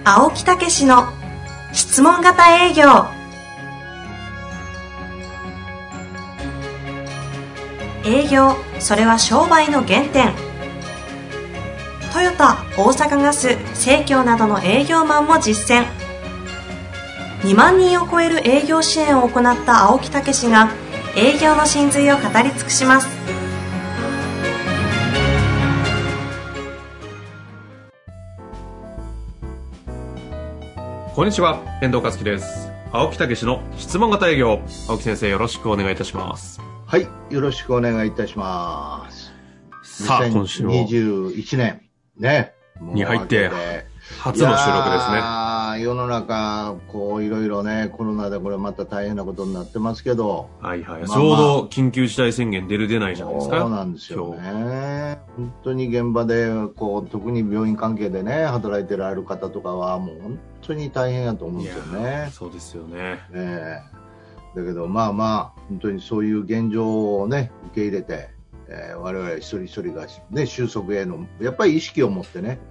青木武の質問型営業。営業、それは商売の原点。トヨタ、大阪ガス、生協などの営業マンも実践。2万人を超える営業支援を行った青木武が営業の真髄を語り尽くします。 こんにちは、遠藤和樹です。青木武の質問型営業。青木先生、よろしくお願いいたします。 はい、よろしくお願いいたします。 さあ、今週も 2021年ねに入って初の収録ですね。 世の中こういろいろね、コロナでこれまた大変なことになってますけど、 はいはい、ちょうど緊急事態宣言出る出ないじゃないですか。 そうなんですよね。本当に現場でこう特に病院関係でね働いてられる方とかはもう本当に大変やと思うんですよね。 そうですよね。 だけどまあまあ本当にそういう現状をね受け入れて、我々一人一人が、ね、収束へのやっぱり意識を持ってね、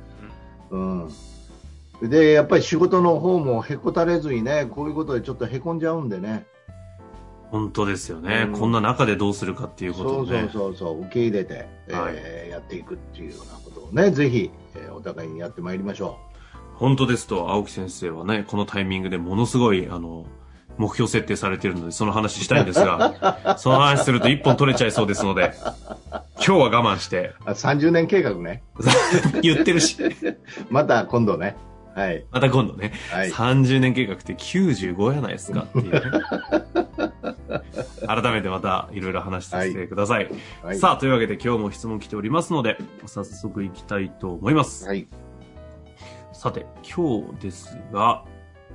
でやっぱり仕事の方もへこたれずにね、こういうことでちょっとへこんじゃうんでね。 本当ですよね、こんな中でどうするかっていうことをね、 そう受け入れて、やっていくっていうようなことをね、ぜひ、お互いにやってまいりましょう。本当ですと、青木先生はね、このタイミングでものすごい目標設定されているので、その話したいんですがその話すると1本取れちゃいそうですので今日は我慢して 30年計画ね言ってるしまた今度ね、はい、 また今度ね、はい、30年計画って95やないですかっていうね改めてまたいろいろ話させてください、はい、さあ、というわけで今日も質問来ておりますので早速いきたいと思います、はい、さて今日ですが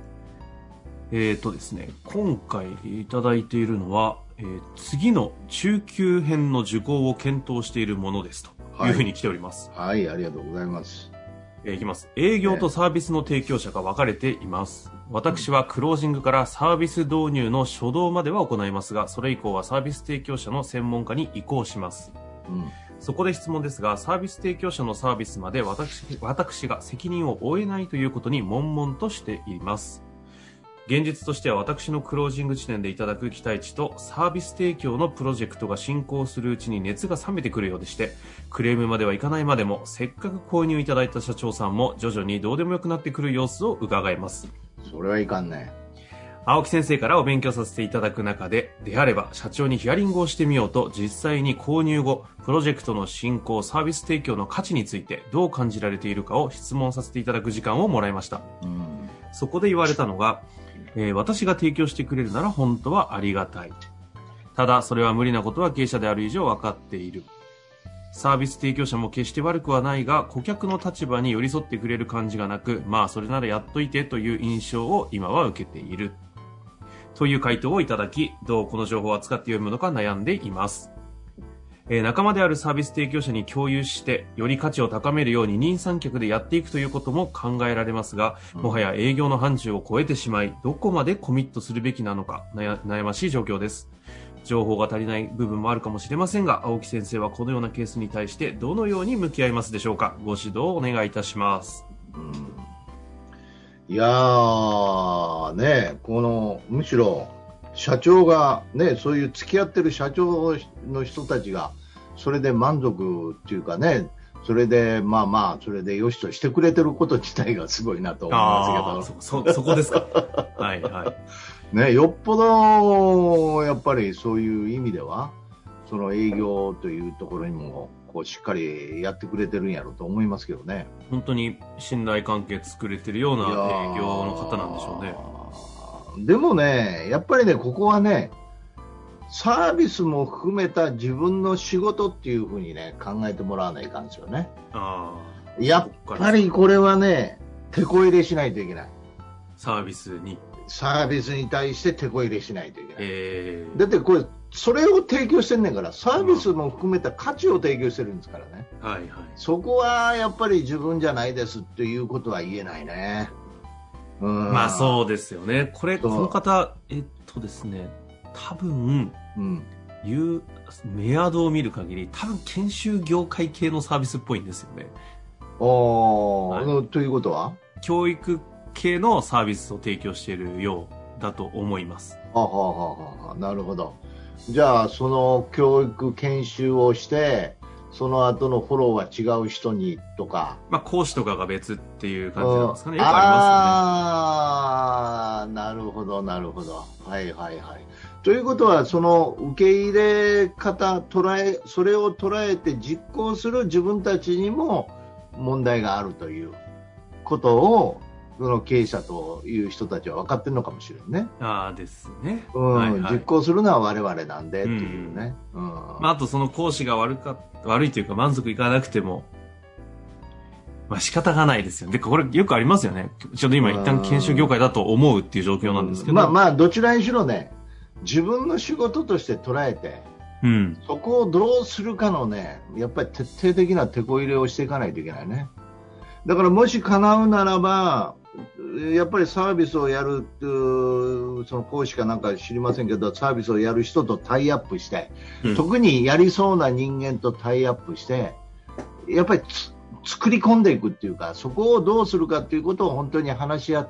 ですね、今回いただいているのは、次の中級編の受講を検討しているものですというふうに来ております。 はい、ありがとうございます。 いきます。営業とサービスの提供者が分かれています。私はクロージングからサービス導入の初動までは行いますが、それ以降はサービス提供者の専門家に移行します。そこで質問ですが、サービス提供者のサービスまで私が責任を負えないということに悶々としています。現実としては私のクロージング地点でいただく期待値とサービス提供のプロジェクトが進行するうちに熱が冷めてくるようでして、クレームまではいかないまでもせっかく購入いただいた社長さんも徐々にどうでもよくなってくる様子を伺えます。 それはいかんね。 青木先生からお勉強させていただく中で、であれば社長にヒアリングをしてみようと、実際に購入後プロジェクトの進行、サービス提供の価値についてどう感じられているかを質問させていただく時間をもらいました。そこで言われたのが、私が提供してくれるなら本当はありがたい。ただそれは無理なことは経営者である以上分かっている。サービス提供者も決して悪くはないが、顧客の立場に寄り添ってくれる感じがなく、まあそれならやっといてという印象を今は受けている。という回答をいただき、どうこの情報を扱って読むのか悩んでいます。仲間であるサービス提供者に共有してより価値を高めるように二人三脚でやっていくということも考えられますが、もはや営業の範疇を超えてしまい、どこまでコミットするべきなのか悩ましい状況です。情報が足りない部分もあるかもしれませんが、青木先生はこのようなケースに対してどのように向き合いますでしょうか。ご指導をお願いいたします。 いやーね、むしろ社長がね、そういう付き合ってる社長の人たちがそれで満足っていうかね、それでまあまあそれで良しとしてくれてること自体がすごいなと思いますけど。 そこですかはいはいね、よっぽどやっぱりそういう意味ではその営業というところにもこうしっかりやってくれてるんやろうと思いますけどね。 本当に信頼関係作れてるような営業の方なんでしょうね。 でもね、やっぱりね、ここはね、サービスも含めた自分の仕事っていう風にね考えてもらわないかんですよね。やっぱりこれはね、手こ入れしないといけない。サービスに対して手こ入れしないといけない、だってこれそれを提供してんねんから、サービスも含めた価値を提供してるんですからね、そこはやっぱり自分じゃないですっていうことは言えないね。 まあそうですよね。この方ですね、多分、メアドを見る限り多分研修業界系のサービスっぽいんですよね。 ということは教育系のサービスを提供しているようだと思います。 なるほど。じゃあその教育研修をしてその後のフォローは違う人にとか、 講師とかが別っていう感じなんですかね。よくありますよね。なるほどなるほど。はいはいはい。ということはその受け入れ方それを捉えて実行する自分たちにも問題があるということをその経営者という人たちは分かってるのかもしれないね。 ですね。 実行するのは我々なんでっていうね。 あとその講師が悪いというか満足いかなくても、仕方がないですよね。で、これよくありますよね。ちょうど今一旦研修業界だと思うっていう状況なんですけど。 どちらにしろね、自分の仕事として捉えて、そこをどうするかのね、やっぱり徹底的な手こ入れをしていかないといけないね。だからもし叶うならば、やっぱりサービスをやるその講師かなんか知りませんけど、サービスをやる人とタイアップして、特にやりそうな人間とタイアップしてやっぱり作り込んでいくっていうか、そこをどうするかっていうことを本当に話し合って、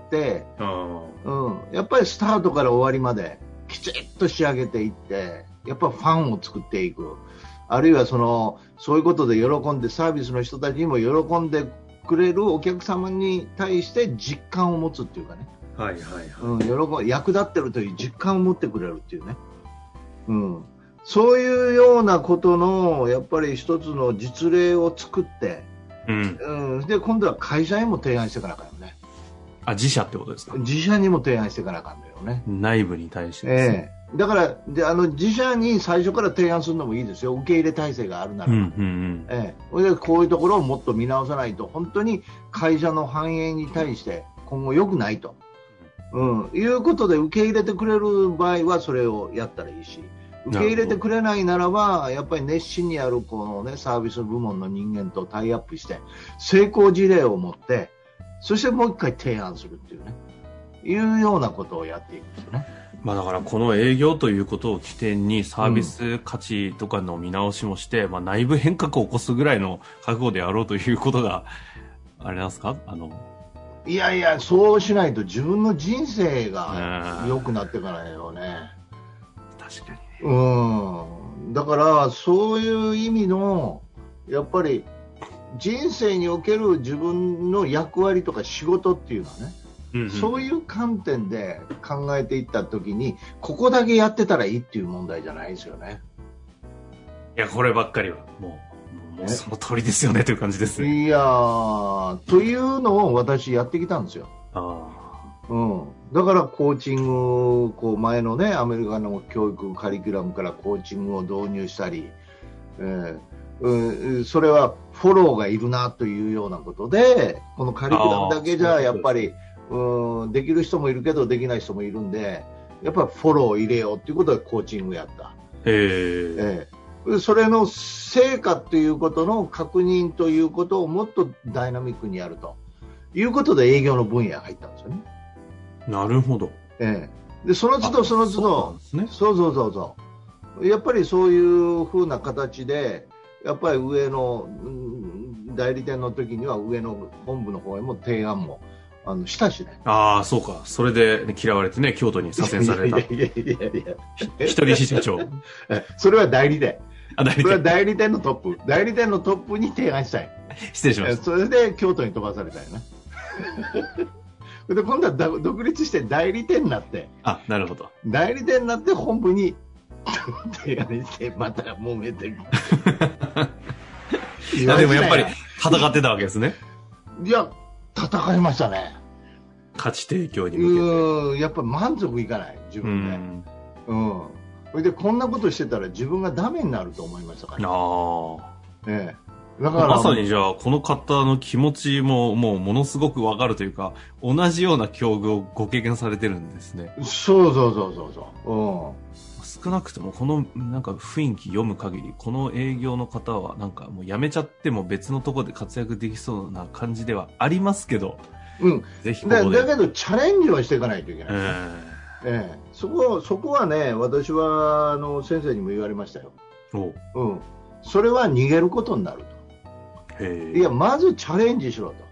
やっぱりスタートから終わりまできちっと仕上げていって、やっぱりファンを作っていく、あるいはそういうことで喜んでサービスの人たちにも喜んでくれるお客様に対して実感を持つっていうかね、役立ってるという実感を持ってくれるっていうね、そういうようなことのやっぱり一つの実例を作って、で今度は会社にも提案していかなあかんよね。 自社ってことですか？ 自社にも提案していかなあかんだよね。 内部に対してですね。 だから自社に最初から提案するのもいいですよ。受け入れ体制があるならば、でこういうところをもっと見直さないと本当に会社の繁栄に対して今後良くないと、いうことで受け入れてくれる場合はそれをやったらいいし、受け入れてくれないならばやっぱり熱心にやるこの、サービス部門の人間とタイアップして成功事例を持って、そしてもう一回提案するっていうね、いうようなことをやっていくんですよね。 だからこの営業ということを起点にサービス価値とかの見直しもして、内部変革を起こすぐらいの覚悟でやろうということがあれなんですか？ いやいや、そうしないと自分の人生が良くなっていかないよね。 確かにね。だからそういう意味のやっぱり人生における自分の役割とか仕事っていうのはね、そういう観点で考えていったときに、ここだけやってたらいいっていう問題じゃないですよね。 いや、こればっかりはもうその通りですよねという感じですね。 いやー、というのを私やってきたんですよ。だからコーチング、前のね、アメリカの教育カリキュラムからコーチングを導入したり、それはフォローがいるなというようなことで、このカリキュラムだけじゃやっぱりできる人もいるけどできない人もいるんで、やっぱりフォローを入れようということでコーチングやった。それの成果ということの確認ということをもっとダイナミックにやるということで営業の分野が入ったんですよね。 なるほど。 でその都度そうやっぱりそういう風な形でやっぱり上の代理店の時には上の本部の方へも提案もしたしね。 そうか。それで、嫌われてね、京都に左遷された。一人支社長。 それは代理店。 それは代理店のトップ。代理店のトップに提案したい。 失礼しました。 それで京都に飛ばされたよね。で、今度は独立して代理店になって。 なるほど。 代理店になって本部に提案して、また揉めて。 でもやっぱり戦ってたわけですね。 いや、戦いましたね。 価値提供に向けて。 やっぱり満足いかない、自分で。それでこんなことしてたら自分がダメになると思いましたから。だからまさにじゃあこの方の気持ちももうものすごくわかるというか、同じような境遇をご経験されてるんですね。 そう。 少なくともこのなんか雰囲気読む限り、この営業の方はなんかもう辞めちゃっても別のところで活躍できそうな感じではありますけど、ぜひここでだけどチャレンジはしていかないといけない。そこはね、私は先生にも言われましたよ。それは逃げることになると。いや、まずチャレンジしろと。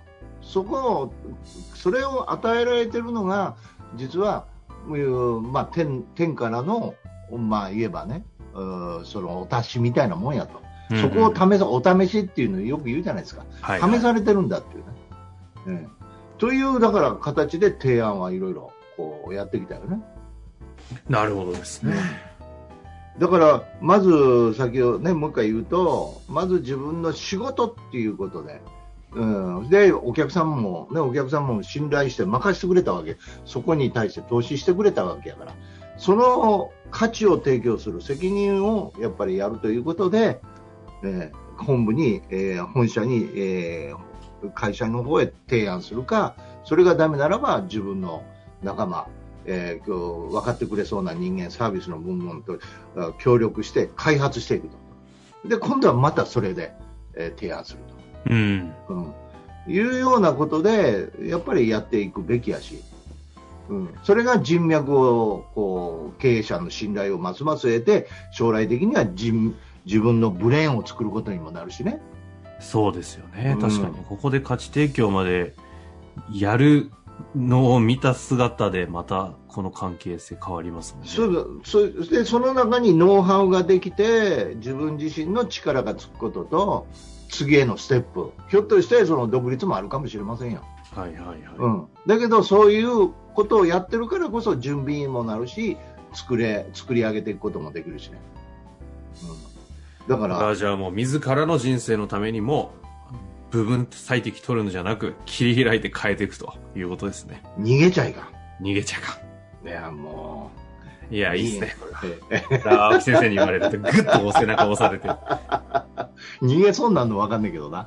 それを与えられてるのが実は、天からの、言えばね、そのお達しみたいなもんやと、そこをお試しっていうのをよく言うじゃないですか、はいはい、試されてるんだっていうね、というだから形で提案はいろいろこうやってきたよね。 なるほどですね。 だからまず先をねもう一回言うと、まず自分の仕事っていうことで、でお客さんも信頼して任せてくれたわけ、そこに対して投資してくれたわけやから、その価値を提供する責任をやっぱりやるということで、本社に、会社の方へ提案するか、それがダメならば自分の仲間、今日分かってくれそうな人間、サービスの部門と協力して開発していくと。で今度はまたそれで、提案すると、いうようなことでやっぱりやっていくべきやし、それが人脈をこう経営者の信頼をますます得て、将来的には自分のブレーンを作ることにもなるしね。 そうですよね、確かにここで価値提供までやるのを見た姿でまたこの関係性変わりますもんね。 でその中にノウハウができて自分自身の力がつくことと、次へのステップ、ひょっとしてその独立もあるかもしれませんよ。だけどそういうことをやってるからこそ準備にもなるし、作り上げていくこともできるしね。だからじゃあもう自らの人生のためにも部分最適取るのじゃなく切り開いて変えていくということですね。 逃げちゃいかん。 いやもういいですね。青木先生に言われるとグッと背中を押されて逃げそうになるの分かんないけどな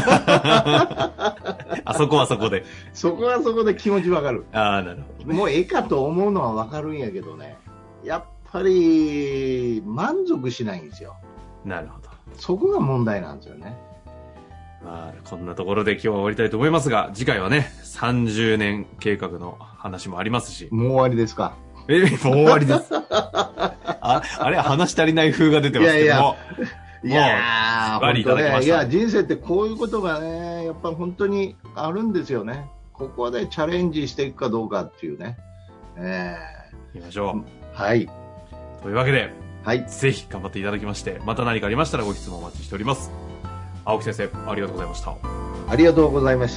そこはそこで気持ち分かる。 なるほど、 もうかと思うのは分かるんやけどね、やっぱり満足しないんですよ。 なるほど、 そこが問題なんですよね。 こんなところで今日は終わりたいと思いますが、次回はね30年計画の話もありますし。 もう終わりですか？ もう終わりですあれ話足りない風が出てますけども、 いや本当ね、人生ってこういうことがねやっぱり本当にあるんですよね。ここでチャレンジしていくかどうかっていうね、 いきましょう。 はい、 というわけで、ぜひ頑張っていただきまして、また何かありましたらご質問お待ちしております。青木先生、ありがとうございました。 ありがとうございました。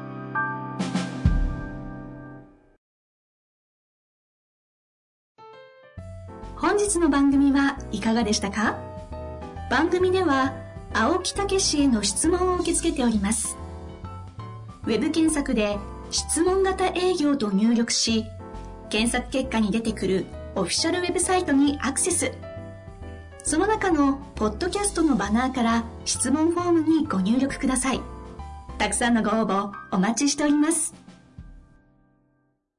本日の番組はいかがでしたか？番組では青木武への質問を受け付けております。ウェブ検索で質問型営業と入力し、検索結果に出てくるオフィシャルウェブサイトにアクセス。その中のポッドキャストのバナーから質問フォームにご入力ください。たくさんのご応募お待ちしております。